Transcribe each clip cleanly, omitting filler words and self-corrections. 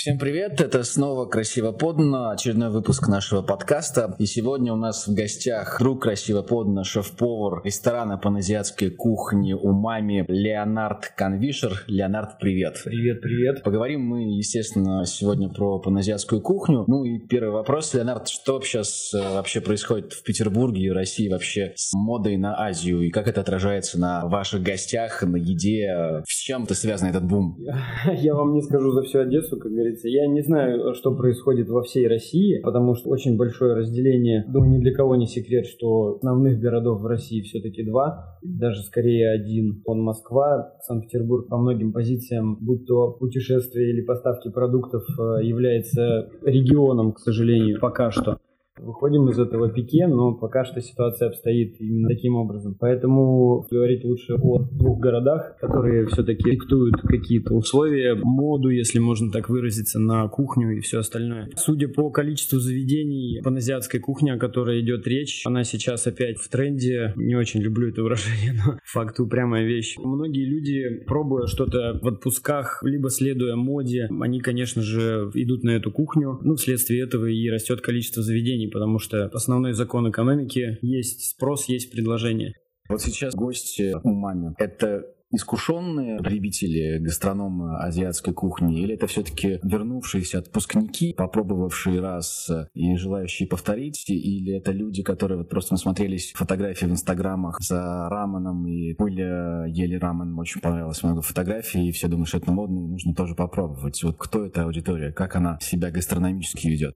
Всем привет, это снова «Красиво подано», очередной выпуск нашего подкаста. И сегодня у нас в гостях друг «Красиво подано», шеф-повар ресторана паназиатской кухни «Умами» Леонард Канвишер. Леонард, привет. Привет. Поговорим мы, естественно, сегодня про паназиатскую кухню. Ну и первый вопрос, Леонард, что сейчас вообще происходит в Петербурге и в России вообще с модой на Азию? И как это отражается на ваших гостях, на еде? С чем это связан этот бум? Я вам не скажу за всю Одессу, как говорится. Я не знаю, что происходит во всей России, потому что очень большое разделение. Думаю, ни для кого не секрет, что основных городов в России все-таки два, даже скорее один. Он Москва, Санкт-Петербург по многим позициям, будь то путешествия или поставки продуктов, является регионом, к сожалению, пока что. Выходим из этого пике, но пока что ситуация обстоит именно таким образом. Поэтому говорить лучше о двух городах, которые все-таки диктуют какие-то условия, моду, если можно так выразиться, на кухню и все остальное. Судя по количеству заведений паназиатской кухни, о которой идет речь, она сейчас опять в тренде. Не очень люблю это выражение, но факт упрямая вещь. Многие люди, пробуя что-то в отпусках, либо следуя моде, они, конечно же, идут на эту кухню. Вследствие этого и растет количество заведений, потому что основной закон экономики — есть спрос, есть предложение. Вот сейчас гости «Умами» — это искушенные потребители гастронома азиатской кухни, или это все-таки вернувшиеся отпускники, попробовавшие раз и желающие повторить, или это люди, которые вот просто насмотрелись фотографии в инстаграмах за раменом и были, ели рамен, очень понравилось много фотографий, и все думают, что это модно, и нужно тоже попробовать. Вот кто эта аудитория, как она себя гастрономически ведет?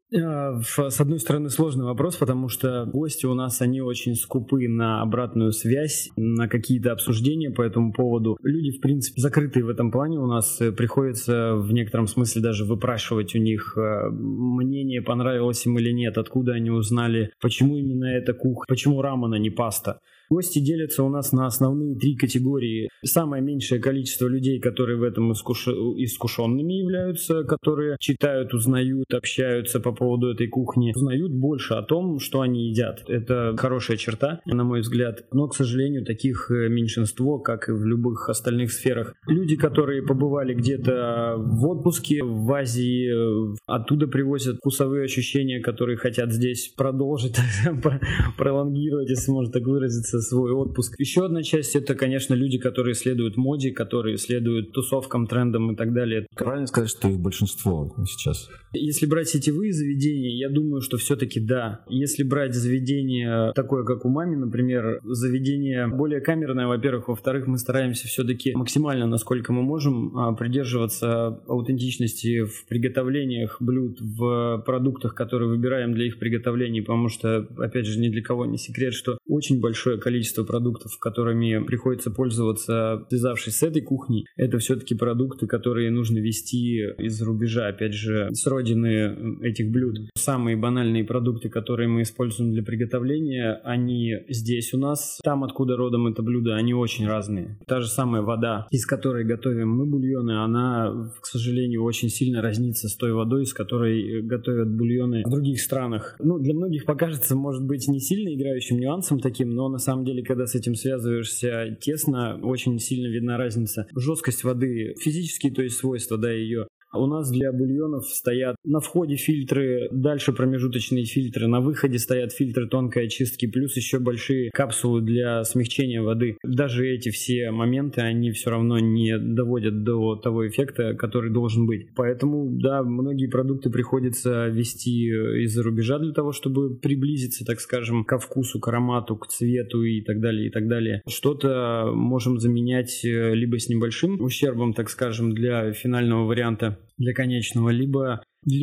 С одной стороны, сложный вопрос, потому что гости у нас, они очень скупы на обратную связь, на какие-то обсуждения по этому поводу. Люди, в принципе, закрытые в этом плане. У нас приходится в некотором смысле даже выпрашивать у них мнение, понравилось им или нет, откуда они узнали, почему именно эта кухня, почему рамен, а не паста. Гости делятся у нас на основные три категории. Самое меньшее количество людей, которые в этом искушенными являются, которые читают, узнают, общаются по поводу этой кухни, узнают больше о том, что они едят. Это хорошая черта, на мой взгляд. Но, к сожалению, таких меньшинство, как и в любых остальных сферах. Люди, которые побывали где-то в отпуске, в Азии, оттуда привозят вкусовые ощущения, которые хотят здесь продолжить, пролонгировать, если можно так выразиться, свой отпуск. Еще одна часть — это, конечно, люди, которые следуют моде, которые следуют тусовкам, трендам и так далее. Правильно сказать, что их большинство сейчас? Если брать сетевые заведения, я думаю, что все-таки да. Если брать заведение такое, как «Умами», например, заведение более камерное, во-первых, во-вторых, мы стараемся все-таки максимально, насколько мы можем, придерживаться аутентичности в приготовлениях блюд, в продуктах, которые выбираем для их приготовления, потому что, опять же, ни для кого не секрет, что очень большое количество продуктов, которыми приходится пользоваться, связавшись с этой кухней, это все-таки продукты, которые нужно везти из-за рубежа, опять же, с родины этих блюд. Самые банальные продукты, которые мы используем для приготовления, они здесь у нас. Там, откуда родом это блюдо, они очень разные. Та же самая вода, из которой готовим мы бульоны, она, к сожалению, очень сильно разнится с той водой, из которой готовят бульоны в других странах. Для многих покажется, может быть, не сильно играющим нюансом таким, но на самом деле, когда с этим связываешься тесно, очень сильно видна разница. Жесткость воды, физические, то есть свойства, ее. У нас для бульонов стоят на входе фильтры, дальше промежуточные фильтры, на выходе стоят фильтры тонкой очистки, плюс еще большие капсулы для смягчения воды. Даже эти все моменты, они все равно не доводят до того эффекта, который должен быть. Поэтому, да, многие продукты приходится везти из-за рубежа для того, чтобы приблизиться, так скажем, ко вкусу, к аромату, к цвету и так далее, и так далее. Что-то можем заменять либо с небольшим ущербом, так скажем, для финального варианта, для конечного, либо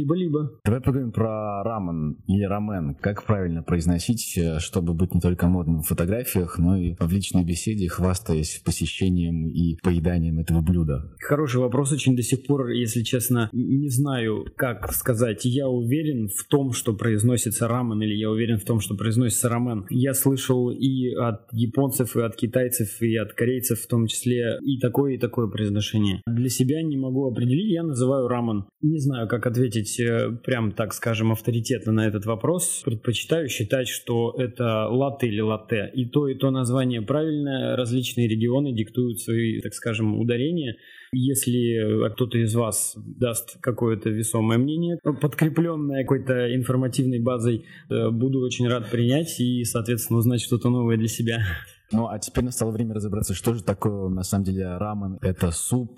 Давай поговорим про рамен или рамен. Как правильно произносить, чтобы быть не только модным в фотографиях, но и в личной беседе, хвастаясь посещением и поеданием этого блюда? Хороший вопрос. Очень до сих пор, если честно, не знаю, как сказать. Я уверен в том, что произносится рамен, или я уверен в том, что произносится рамен. Я слышал и от японцев, и от китайцев, и от корейцев в том числе и такое произношение. Для себя не могу определить, я называю рамен. Не знаю, как ответить прям, так скажем, авторитетно на этот вопрос. Предпочитаю считать, что это латте или латте. И то название правильное. Различные регионы диктуют свои, так скажем, ударения. Если кто-то из вас даст какое-то весомое мнение, подкрепленное какой-то информативной базой, буду очень рад принять и, соответственно, узнать что-то новое для себя. Ну, а теперь настало время разобраться, что же такое на самом деле рамен. Это суп,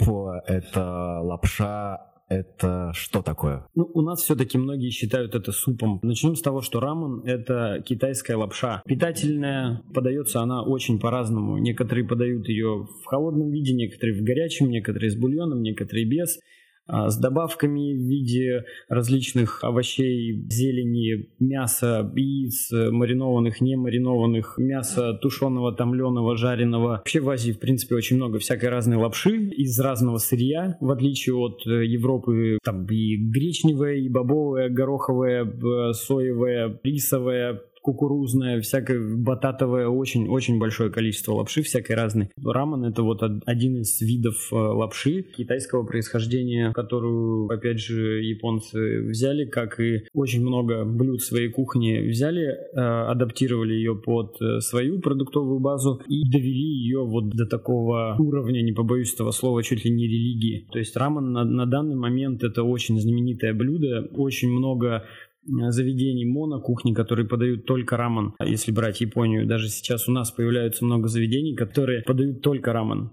это лапша, это что такое? Ну, у нас все-таки многие считают это супом. Начнем с того, что рамен — это китайская лапша. Питательная, подается она очень по-разному. Некоторые подают ее в холодном виде, некоторые в горячем, некоторые с бульоном, некоторые без. С добавками в виде различных овощей, зелени, мяса, яиц, маринованных, не маринованных, мяса тушеного, томленого, жареного. Вообще в Азии, в принципе, очень много всякой разной лапши из разного сырья, в отличие от Европы. Там и гречневая, и бобовая, гороховая, соевая, рисовая, кукурузная, всякое бататовое, очень-очень большое количество лапши всякой разной. Рамен — это вот один из видов лапши китайского происхождения, которую, опять же, японцы взяли, как и очень много блюд своей кухни взяли, адаптировали ее под свою продуктовую базу и довели ее вот до такого уровня, не побоюсь этого слова, чуть ли не религии. То есть рамен на данный момент это очень знаменитое блюдо, очень много заведений монокухни, которые подают только рамен. Если брать Японию, даже сейчас у нас появляются много заведений, которые подают только рамен.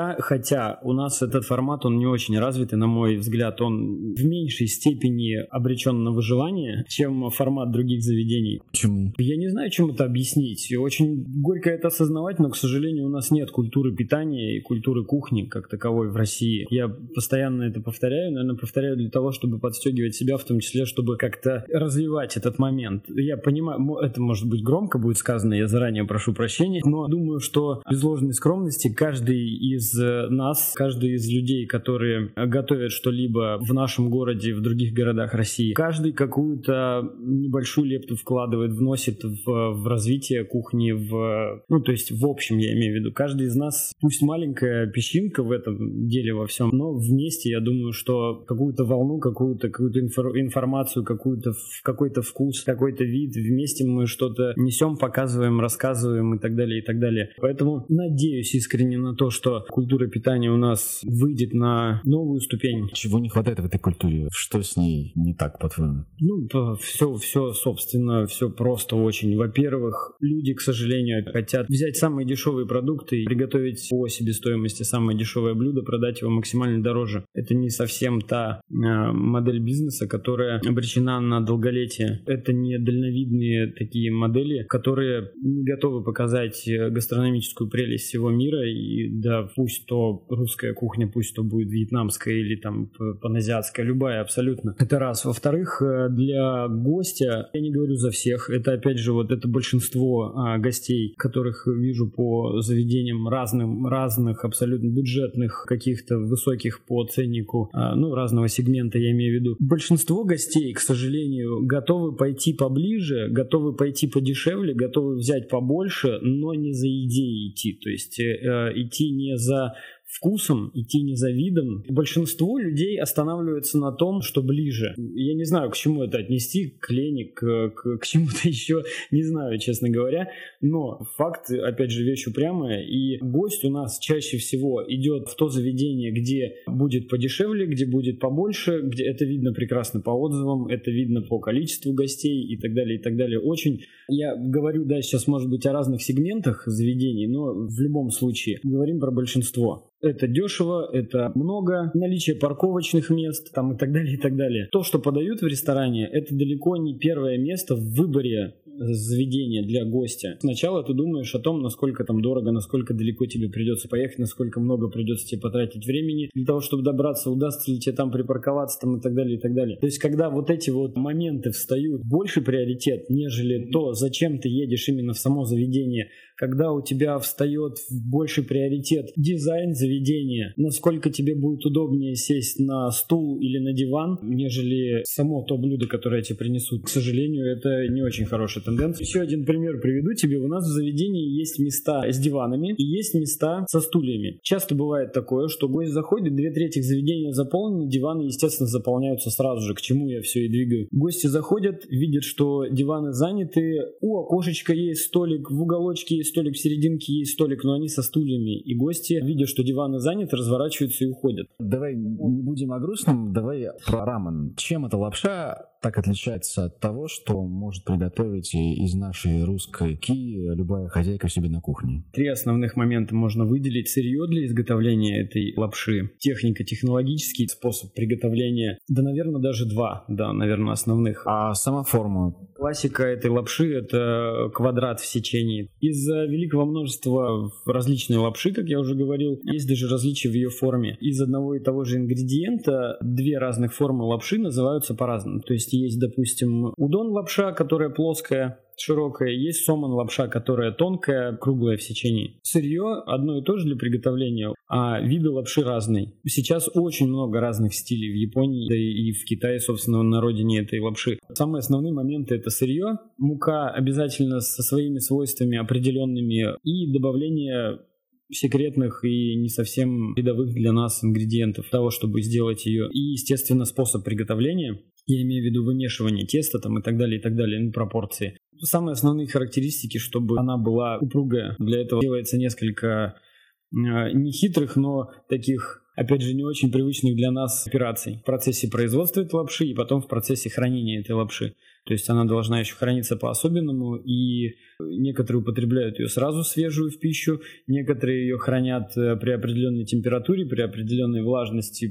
Хотя у нас этот формат, он не очень развитый, на мой взгляд, он в меньшей степени обречен на выживание, чем формат других заведений. Почему? Я не знаю, чем это объяснить. Очень горько это осознавать, но, к сожалению, у нас нет культуры питания и культуры кухни как таковой в России. Я постоянно это повторяю, наверное, повторяю для того, чтобы подстегивать себя, в том числе, чтобы как-то развивать этот момент. Я понимаю, это может быть громко будет сказано, я заранее прошу прощения, но думаю, что без ложной скромности каждый из нас, каждый из людей, которые готовят что-либо в нашем городе, в других городах России, каждый какую-то небольшую лепту вкладывает, вносит в развитие кухни, то есть в общем, я имею в виду, каждый из нас, пусть маленькая песчинка в этом деле во всем, но вместе, я думаю, что какую-то волну, какую-то информацию, какой-то вкус, какой-то вид, вместе мы что-то несем, показываем, рассказываем и так далее, и так далее. Поэтому надеюсь искренне на то, что культура питания у нас выйдет на новую ступень. Чего не хватает в этой культуре? Что с ней не так, по-твоему? Все, собственно, все просто очень. Во-первых, люди, к сожалению, хотят взять самые дешевые продукты и приготовить по себестоимости самое дешевое блюдо, продать его максимально дороже. Это не совсем та модель бизнеса, которая обречена на долголетие. Это не дальновидные такие модели, которые не готовы показать гастрономическую прелесть всего мира. И да, пусть то русская кухня, пусть то будет вьетнамская или там паназиатская, любая абсолютно. Это раз. Во-вторых, для гостя, я не говорю за всех, это опять же вот это большинство гостей, которых вижу по заведениям разных абсолютно бюджетных, каких-то высоких по ценнику, разного сегмента я имею в виду. Большинство гостей, к сожалению, готовы пойти поближе, готовы пойти подешевле, готовы взять побольше, но не за идеей идти. То есть идти не за вкусом, идти не за видом. Большинство людей останавливаются на том, что ближе. Я не знаю, к чему это отнести, к лени, к чему-то еще, не знаю, честно говоря. Но факт, опять же, вещь упрямая. И гость у нас чаще всего идет в то заведение, где будет подешевле, где будет побольше, где это видно прекрасно по отзывам, это видно по количеству гостей и так далее, и так далее. Очень, я говорю, да, сейчас может быть о разных сегментах заведений, но в любом случае говорим про большинство. Это дешево, это много, наличие парковочных мест там и так далее, и так далее. То, что подают в ресторане, это далеко не первое место в выборе заведения для гостя. Сначала ты думаешь о том, насколько там дорого, насколько далеко тебе придется поехать, насколько много придется тебе потратить времени для того, чтобы добраться, удастся ли тебе там припарковаться там и так далее, и так далее. То есть, когда вот эти вот моменты встают, больше приоритет, нежели то, зачем ты едешь именно в само заведение, когда у тебя встает больше приоритет дизайн заведения, насколько тебе будет удобнее сесть на стул или на диван, нежели само то блюдо, которое тебе принесут. К сожалению, это не очень хорошая тенденция. Еще один пример приведу тебе. У нас в заведении есть места с диванами и есть места со стульями. Часто бывает такое, что гость заходит, 2/3 заведения заполнены, диваны, естественно, заполняются сразу же, к чему я все и двигаю. Гости заходят, видят, что диваны заняты, у окошечка есть столик, в уголочке есть есть столик в серединке, есть столик, но они со стульями. И гости, видя, что диваны заняты, разворачиваются и уходят. Давай не будем о грустном, давай про рамен. Чем эта лапша так отличается от того, что может приготовить из нашей русской ки любая хозяйка себе на кухне? 3 основных момента можно выделить. Сырье для изготовления этой лапши, техника, технологический способ приготовления, да, наверное, даже 2, да, наверное, основных. А сама форма? Классика этой лапши – это квадрат в сечении. Из-за великого множества различной лапши, как я уже говорил, есть даже различия в ее форме. Из одного и того же ингредиента 2 разных формы лапши называются по-разному. То есть есть, допустим, удон лапша, которая плоская, широкая, есть соман лапша, которая тонкая, круглая в сечении. Сырье одно и то же для приготовления, а виды лапши разные. Сейчас очень много разных стилей в Японии, да и в Китае, собственно, на родине этой лапши. Самые основные моменты — это сырье, мука обязательно со своими свойствами определенными и добавление секретных и не совсем рядовых для нас ингредиентов того, чтобы сделать ее. И, естественно, способ приготовления. Я имею в виду вымешивание теста там, и так далее, пропорции. Самые основные характеристики, чтобы она была упругая. Для этого делается несколько нехитрых, но таких, опять же, не очень привычных для нас операций в процессе производства этой лапши и потом в процессе хранения этой лапши. То есть она должна еще храниться по-особенному, и некоторые употребляют ее сразу свежую в пищу, некоторые ее хранят при определенной температуре, при определенной влажности,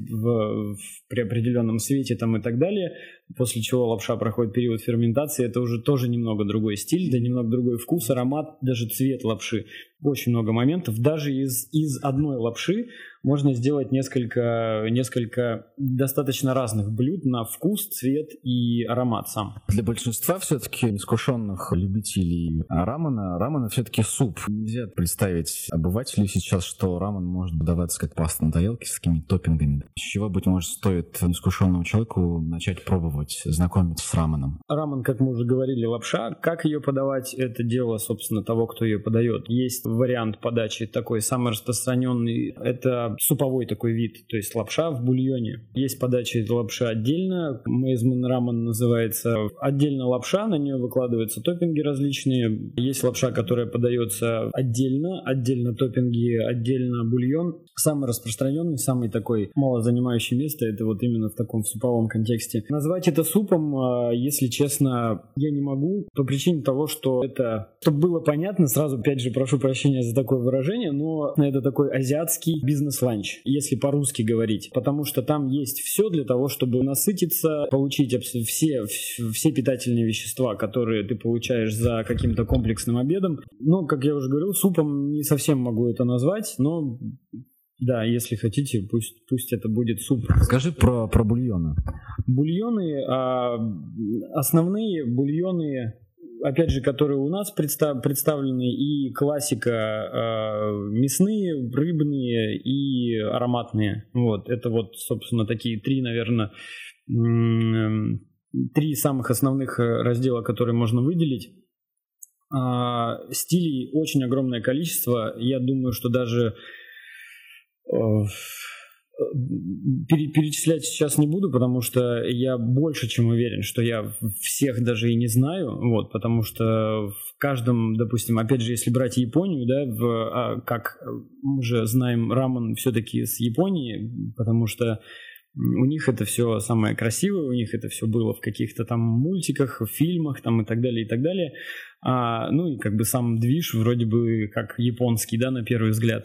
при определенном свете там, и так далее, после чего лапша проходит период ферментации. Это уже тоже немного другой стиль, да, немного другой вкус, аромат, даже цвет лапши. Очень много моментов. Даже из одной лапши можно сделать несколько достаточно разных блюд на вкус, цвет и аромат сам. Для большинства все-таки искушенных любителей рамена все-таки суп. Нельзя представить обывателю сейчас, что рамен может подаваться как паста на тарелке с какими-то топпингами. С чего, быть может, стоит искушенному человеку начать пробовать, знакомиться с раменом? Рамен, как мы уже говорили, лапша. Как ее подавать, это дело, собственно, того, кто ее подает. Есть вариант подачи такой самый распространенный. Это суповой такой вид, то есть лапша в бульоне. Есть подача этой лапши отдельно. Мейзман рамен называется. Отдельно лапша, на нее выкладываются топпинги различные. Есть лапша, которая подается отдельно топпинги, отдельно бульон. Самый распространенный, самый такой мало занимающий место, это вот именно в таком суповом контексте. Назвать это супом, если честно, я не могу, по причине того, что это, чтобы было понятно, сразу опять же прошу прощения за такое выражение, но это такой азиатский бизнес-ланч, если по-русски говорить, потому что там есть все для того, чтобы насытиться, получить все питательные вещества, которые ты получаешь за каким-то комплексным обедом. Но, как я уже говорил, супом не совсем могу это назвать, но да, если хотите, пусть это будет суп. Скажи про бульоны. Бульоны, основные бульоны, опять же, которые у нас представлены, и классика, мясные, рыбные и ароматные. Вот, это вот, собственно, такие 3, наверное, 3 самых основных раздела, которые можно выделить. Стилей очень огромное количество. Я думаю, что даже перечислять сейчас не буду, потому что я больше чем уверен, что я всех даже и не знаю, вот, потому что в каждом, допустим, опять же, если брать Японию, да, как мы уже знаем, рамен все-таки с Японии, потому что у них это все самое красивое, у них это все было в каких-то там мультиках, в фильмах там и так далее, и так далее. Ну и как бы сам движ вроде бы как японский, да, на первый взгляд.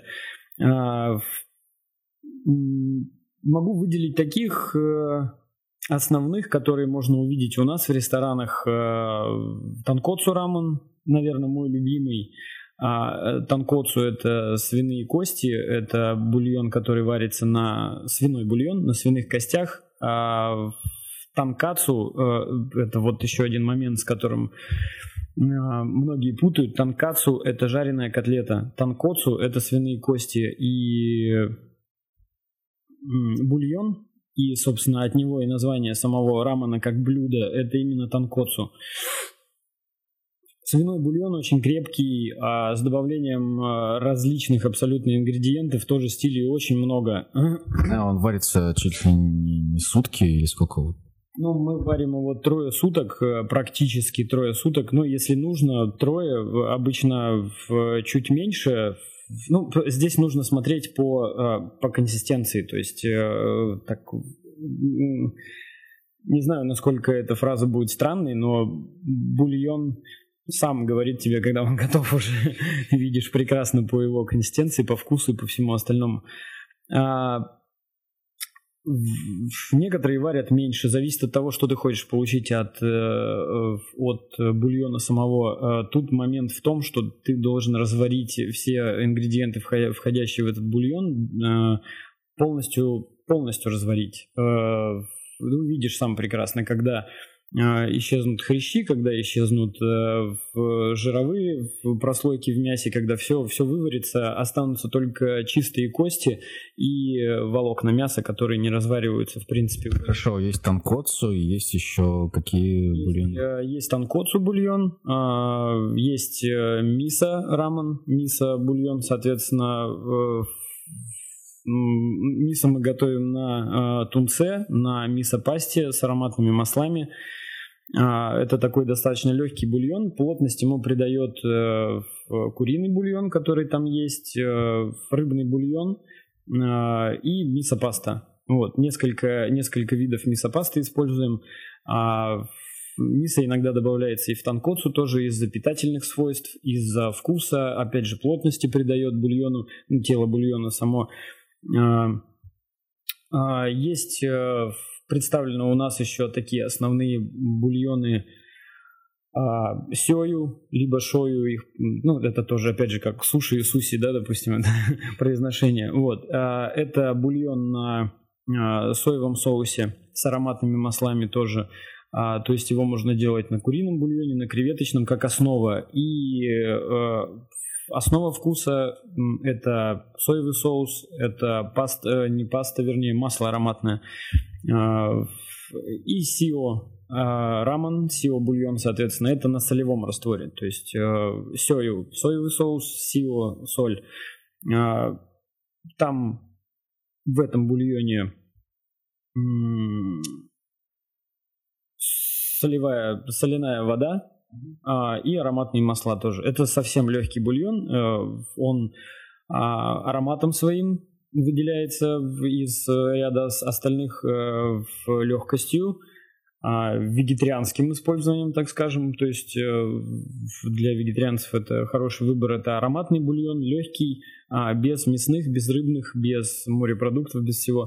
Могу выделить таких основных, которые можно увидеть у нас в ресторанах. Тонкоцу рамен, наверное, мой любимый. Тонкоцу — это свиные кости, это бульон, который варится свиной бульон на свиных костях. Тонкацу — это вот еще один момент, с которым многие путают. Тонкацу — это жареная котлета, тонкоцу — это свиные кости, и бульон, и, собственно, от него и название самого рамена как блюда, это именно тонкоцу. Свиной бульон очень крепкий, с добавлением различных абсолютно ингредиентов, тоже стилей очень много. Он варится чуть ли не сутки или сколько? Ну, мы варим его 3 суток, практически 3 суток. Ну, если нужно, 3, обычно чуть меньше. Ну, здесь нужно смотреть по консистенции. То есть, так, не знаю, насколько эта фраза будет странной, но бульон сам говорит тебе, когда он готов уже. Видишь прекрасно по его консистенции, по вкусу и по всему остальному. Некоторые варят меньше, зависит от того, что ты хочешь получить от бульона самого. Тут момент в том, что ты должен разварить все ингредиенты, входящие в этот бульон, полностью разварить. Ну, видишь сам прекрасно, когда исчезнут хрящи, когда исчезнут жировые прослойки в мясе, когда все выварится, останутся только чистые кости и волокна мяса, которые не развариваются в принципе. Хорошо, есть танкоцу, есть еще какие бульоны? Есть танкоцу бульон, есть мисо рамен, мисо бульон, соответственно. Мисо мы готовим на тунце, на мисо-пасте с ароматными маслами. Это такой достаточно легкий бульон. Плотность ему придает куриный бульон, который там есть, рыбный бульон и мисо-паста. Вот, несколько видов мисо-пасты используем. Мисо иногда добавляется и в танкоцу тоже из-за питательных свойств, из-за вкуса, опять же, плотности придает бульону, тело бульона само. Есть представлены у нас еще такие основные бульоны сёю, либо шою, их, ну, это тоже, опять же, как суши и суси, да, допустим, это произношение. Вот. Это бульон на соевом соусе с ароматными маслами тоже. То есть его можно делать на курином бульоне, на креветочном, как основа. И основа вкуса – это соевый соус, это масло ароматное. И сио рамен, сио бульон, соответственно, это на солевом растворе. То есть сёю – соевый соус, сио – соль. Там в этом бульоне соляная вода и ароматные масла тоже. Это совсем легкий бульон. Он ароматом своим выделяется из ряда остальных легкостью, вегетарианским использованием, так скажем. То есть для вегетарианцев это хороший выбор. Это ароматный бульон, легкий, без мясных, без рыбных, без морепродуктов, без всего.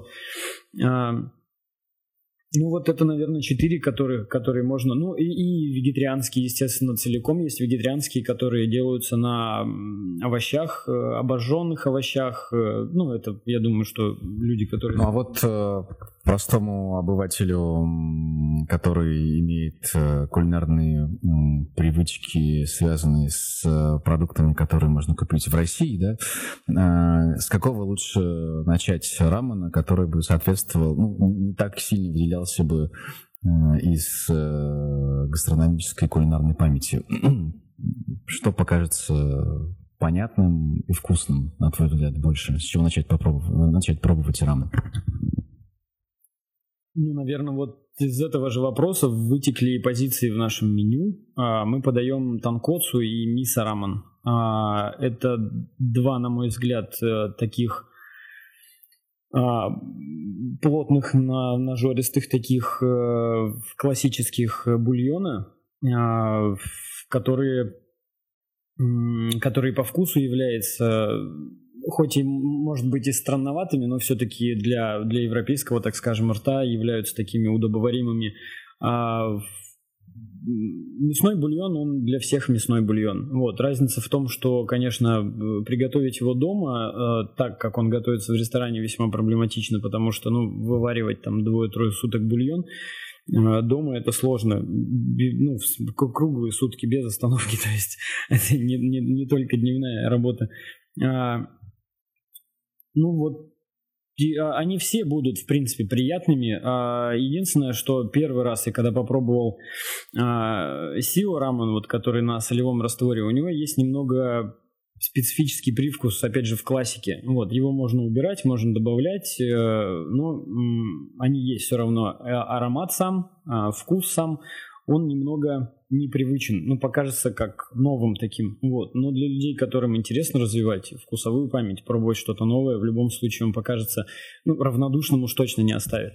Ну, вот это, наверное, 4, которые можно... Ну, и вегетарианские, естественно, целиком есть вегетарианские, которые делаются на овощах, обожженных овощах. Ну, это, я думаю, что люди, которые... Ну, а вот простому обывателю, который имеет кулинарные привычки, связанные с продуктами, которые можно купить в России, да, с какого лучше начать рамена, который бы соответствовал, ну, не так сильно выделялся бы из гастрономической кулинарной памяти? Что покажется понятным и вкусным, на твой взгляд, больше? С чего начать пробовать рамен? Ну, наверное, вот из этого же вопроса вытекли позиции в нашем меню. Мы подаем танкоцу и мисо рамен. Это 2, на мой взгляд, таких плотных, нажористых, таких классических бульона, которые по вкусу являются, хоть и, может быть, и странноватыми, но все-таки для европейского, так скажем, рта являются такими удобоваримыми. Мясной бульон, он для всех мясной бульон. Вот. Разница в том, что, конечно, приготовить его дома, так как он готовится в ресторане, весьма проблематично, потому что, вываривать там 2-3 суток бульон дома это сложно. Круглые сутки без остановки, то есть это не только дневная работа. Они все будут, в принципе, приятными. Единственное, что первый раз я когда попробовал сио рамен, который на солевом растворе, у него есть немного специфический привкус, опять же, в классике. Вот, его можно убирать, можно добавлять, но они есть все равно. Аромат сам, вкус сам, он немного непривычен, ну, покажется как новым таким, вот. Но для людей, которым интересно развивать вкусовую память, пробовать что-то новое, в любом случае он покажется, ну, равнодушным уж точно не оставит.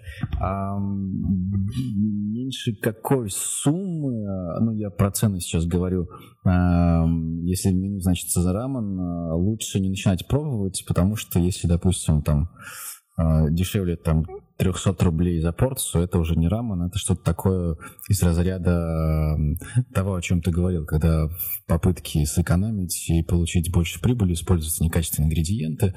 Меньше какой суммы, ну, я про цены сейчас говорю, если меню значится за рамен, лучше не начинать пробовать, потому что если, допустим, там дешевле там 300 рублей за порцию, это уже не рамен, это что-то такое из разряда того, о чем ты говорил, когда в попытке сэкономить и получить больше прибыли используются некачественные ингредиенты,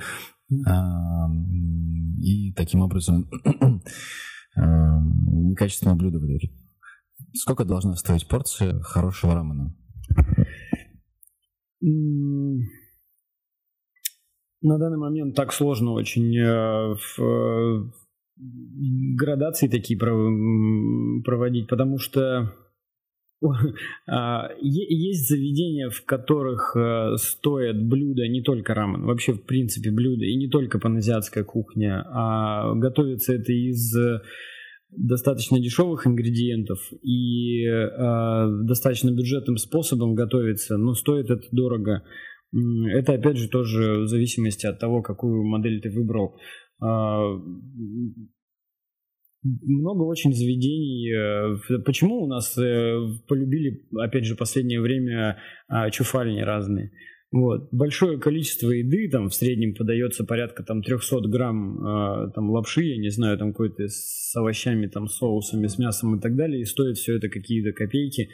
и таким образом некачественное блюдо выдают. Сколько должна стоить порция хорошего рамена? На данный момент так сложно очень градации такие проводить, потому что есть заведения, в которых стоят блюда не только рамен, вообще в принципе блюда, и не только паназиатская кухня, а готовится это из достаточно дешевых ингредиентов и достаточно бюджетным способом готовится, но стоит это дорого. Это, опять же, тоже в зависимости от того, какую модель ты выбрал. Много очень заведений. Почему у нас полюбили, опять же, в последнее время чуфальни разные? Вот. Большое количество еды, там в среднем подается порядка там 300 грамм там лапши, я не знаю, там какой-то с овощами, там соусами, с мясом и так далее, и стоит все это какие-то копейки.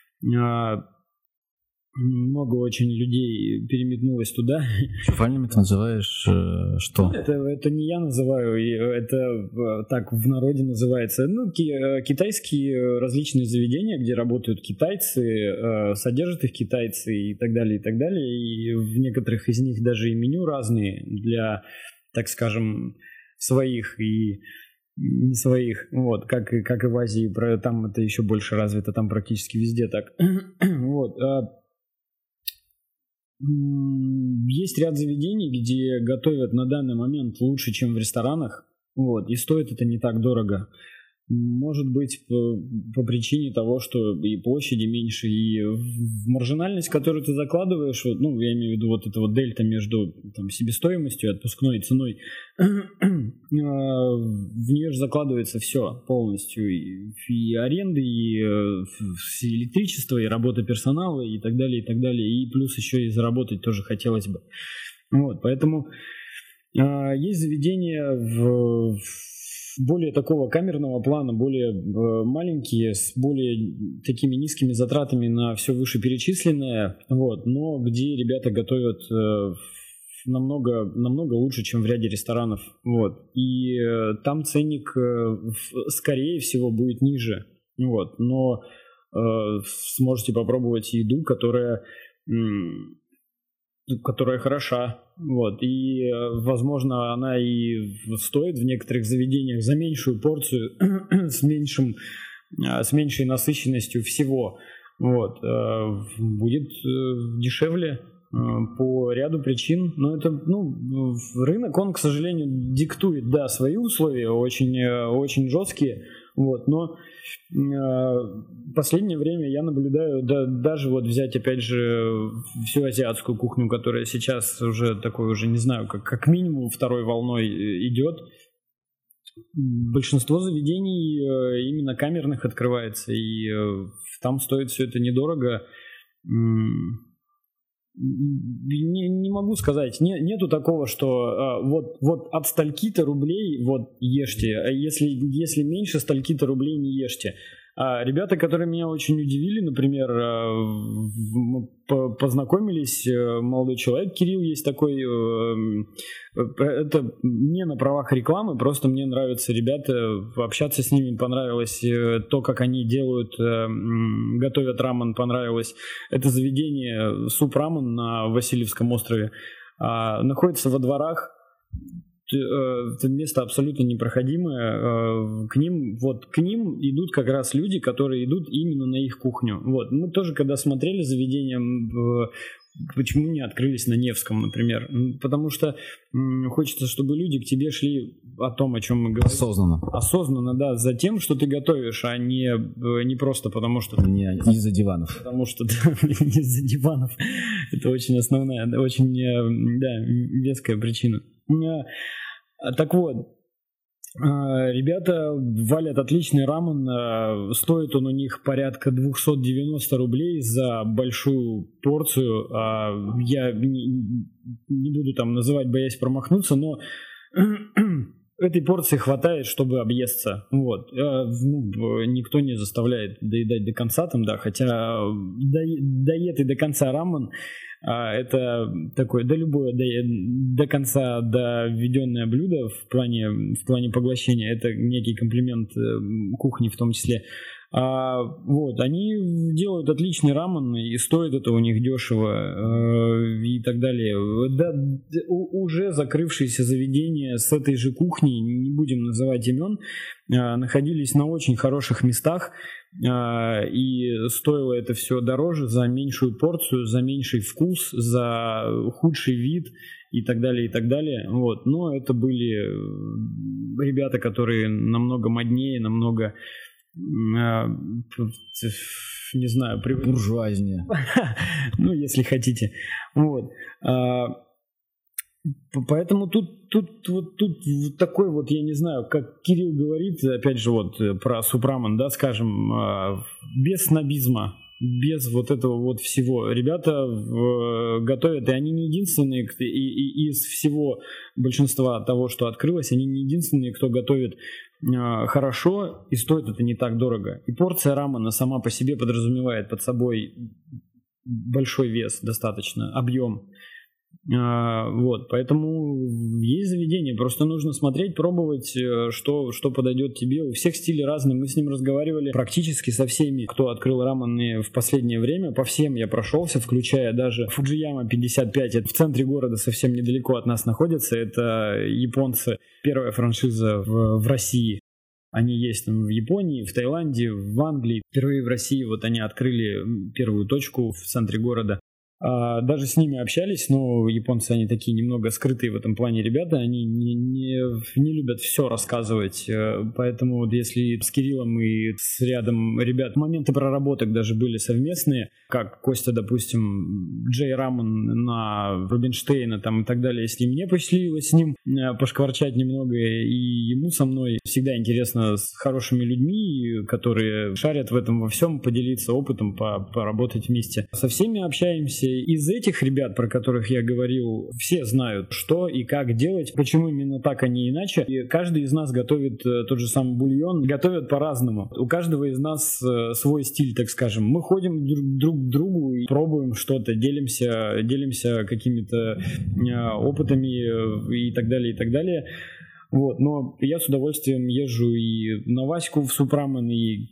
Много очень людей переметнулось туда. Чуфальнями ты называешь что? Это не я называю, это так в народе называется. Ну, китайские различные заведения, где работают китайцы, содержат их китайцы и так далее, и так далее. И в некоторых из них даже и меню разные для, так скажем, своих и не своих. Вот, как и в Азии, там это еще больше развито, там практически везде так. Вот. Есть ряд заведений, где готовят на данный момент лучше, чем в ресторанах, вот, и стоит это не так дорого. Может быть, по причине того, что и площади меньше, и маржинальность, которую ты закладываешь, ну, я имею в виду вот эта вот дельта между там, себестоимостью и отпускной ценой, в нее же закладывается все полностью, и аренды, и электричество, и работа персонала, и так далее, и плюс еще и заработать тоже хотелось бы. Вот, поэтому есть заведения в более такого камерного плана, более маленькие, с более такими низкими затратами на все вышеперечисленное, вот, но где ребята готовят намного лучше, чем в ряде ресторанов, вот, и там ценник, скорее всего, будет ниже, вот, но сможете попробовать еду, которая хороша, вот, и, возможно, она и стоит в некоторых заведениях за меньшую порцию, с меньшей насыщенностью всего, вот, будет дешевле по ряду причин, но это, ну, рынок, он, к сожалению, диктует, да, свои условия, очень, очень жесткие, вот, но в последнее время я наблюдаю, да, даже вот взять опять же всю азиатскую кухню, которая сейчас уже такой, уже не знаю, как минимум второй волной идет, большинство заведений именно камерных открывается, и там стоит все это недорого. Не могу сказать, нету такого, что вот от стольки-то рублей вот ешьте, а если меньше стольки-то рублей не ешьте. Ребята, которые меня очень удивили, например, мы познакомились, молодой человек, Кирилл есть такой, это не на правах рекламы, просто мне нравятся ребята, общаться с ними понравилось, то, как они делают, готовят рамен, понравилось. Это заведение Суп Рамен на Васильевском острове, находится во дворах. Это место абсолютно непроходимое. К ним идут как раз люди, которые идут именно на их кухню. Вот. Мы тоже, когда смотрели заведение, Почему не открылись на Невском, например? Потому что хочется, чтобы люди к тебе шли о том, о чем мы говорим. Осознанно, да, за тем, что ты готовишь, а не просто потому, что... Не из-за диванов. Потому что не из-за диванов. Это очень основная, очень, веская причина. Так вот, ребята валят отличный рамен, стоит он у них порядка 290 рублей за большую порцию. Я не буду там называть, боясь промахнуться, но этой порции хватает, чтобы объесться. Вот. Никто не заставляет доедать до конца там, да, хотя доедый до конца рамен это такое, до конца доведенное блюдо в плане поглощения, это некий комплимент кухни в том числе. Вот, они делают отличный рамен, и стоит это у них дешево и так далее. Да, уже закрывшиеся заведения с этой же кухней, не будем называть имен, находились на очень хороших местах, и стоило это все дороже за меньшую порцию, за меньший вкус, за худший вид и так далее, и так далее. Вот. Но это были ребята, которые намного моднее, намного... не знаю, буржуазнее. Ну, если хотите. Вот. Поэтому тут такой вот, я не знаю, как Кирилл говорит, опять же, вот про супрамен, да, скажем, без снобизма, без вот этого вот всего. Ребята готовят, и они не единственные, и из всего большинства того, что открылось, они не единственные, кто готовит хорошо, и стоит это не так дорого. И порция рамена сама по себе подразумевает под собой большой вес, достаточно, объем. Вот, поэтому есть заведение, просто нужно смотреть, пробовать, что подойдет тебе. У всех стили разные, мы с ним разговаривали практически со всеми, кто открыл рамены в последнее время, по всем я прошелся, включая даже Фуджияма 55, это в центре города, совсем недалеко от нас находится, это японцы, первая франшиза в России. Они есть там в Японии, в Таиланде, в Англии. Впервые в России вот они открыли первую точку в центре города. Даже с ними общались, но японцы, они такие немного скрытые в этом плане ребята, они не любят все рассказывать, поэтому вот если с Кириллом и с рядом ребят моменты проработок даже были совместные, как Костя, допустим, Джей Рамен на Рубинштейна там и так далее, если мне посчастливилось с ним пошкварчать немного, и ему со мной всегда интересно с хорошими людьми, которые шарят в этом во всем, поделиться опытом, поработать вместе. Со всеми общаемся. Из этих ребят, про которых я говорил, все знают, что и как делать, почему именно так, а не иначе. И каждый из нас готовит тот же самый бульон, готовят по-разному. У каждого из нас свой стиль, так скажем. Мы ходим друг к другу и пробуем что-то, делимся какими-то опытами и так далее, и так далее. Вот. Но я с удовольствием езжу и на Ваську в Супрамен, и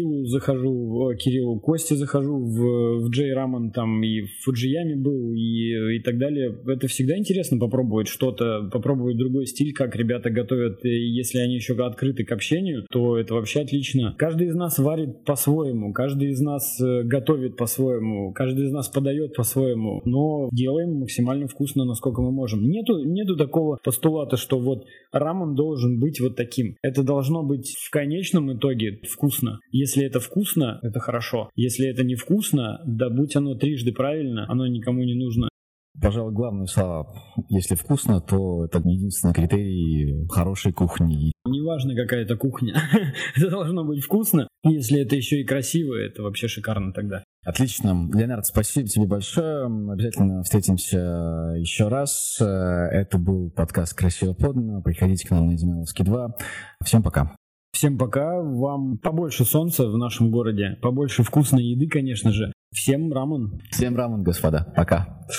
Косте захожу в Джей Рамен, там и в Фуджияме был, и так далее. Это всегда интересно попробовать что-то, попробовать другой стиль, как ребята готовят. И если они еще открыты к общению, то это вообще отлично. Каждый из нас варит по-своему, каждый из нас готовит по-своему, каждый из нас подает по-своему, но делаем максимально вкусно, насколько мы можем. Нету такого постулата, что вот рамен должен быть вот таким. Это должно быть в конечном итоге вкусно. Если это вкусно, это хорошо. Если это невкусно, да будь оно трижды правильно, оно никому не нужно. Пожалуй, главные слова. Если вкусно, то это единственный критерий хорошей кухни. Неважно, какая это кухня. Это должно быть вкусно. Если это еще и красиво, это вообще шикарно тогда. Отлично. Леонард, спасибо тебе большое. Обязательно встретимся еще раз. Это был подкаст «Красиво подано». Приходите к нам на Измайловский 2. Всем пока. Всем пока, вам побольше солнца в нашем городе, побольше вкусной еды, конечно же. Всем рамен. Всем рамен, господа. Пока.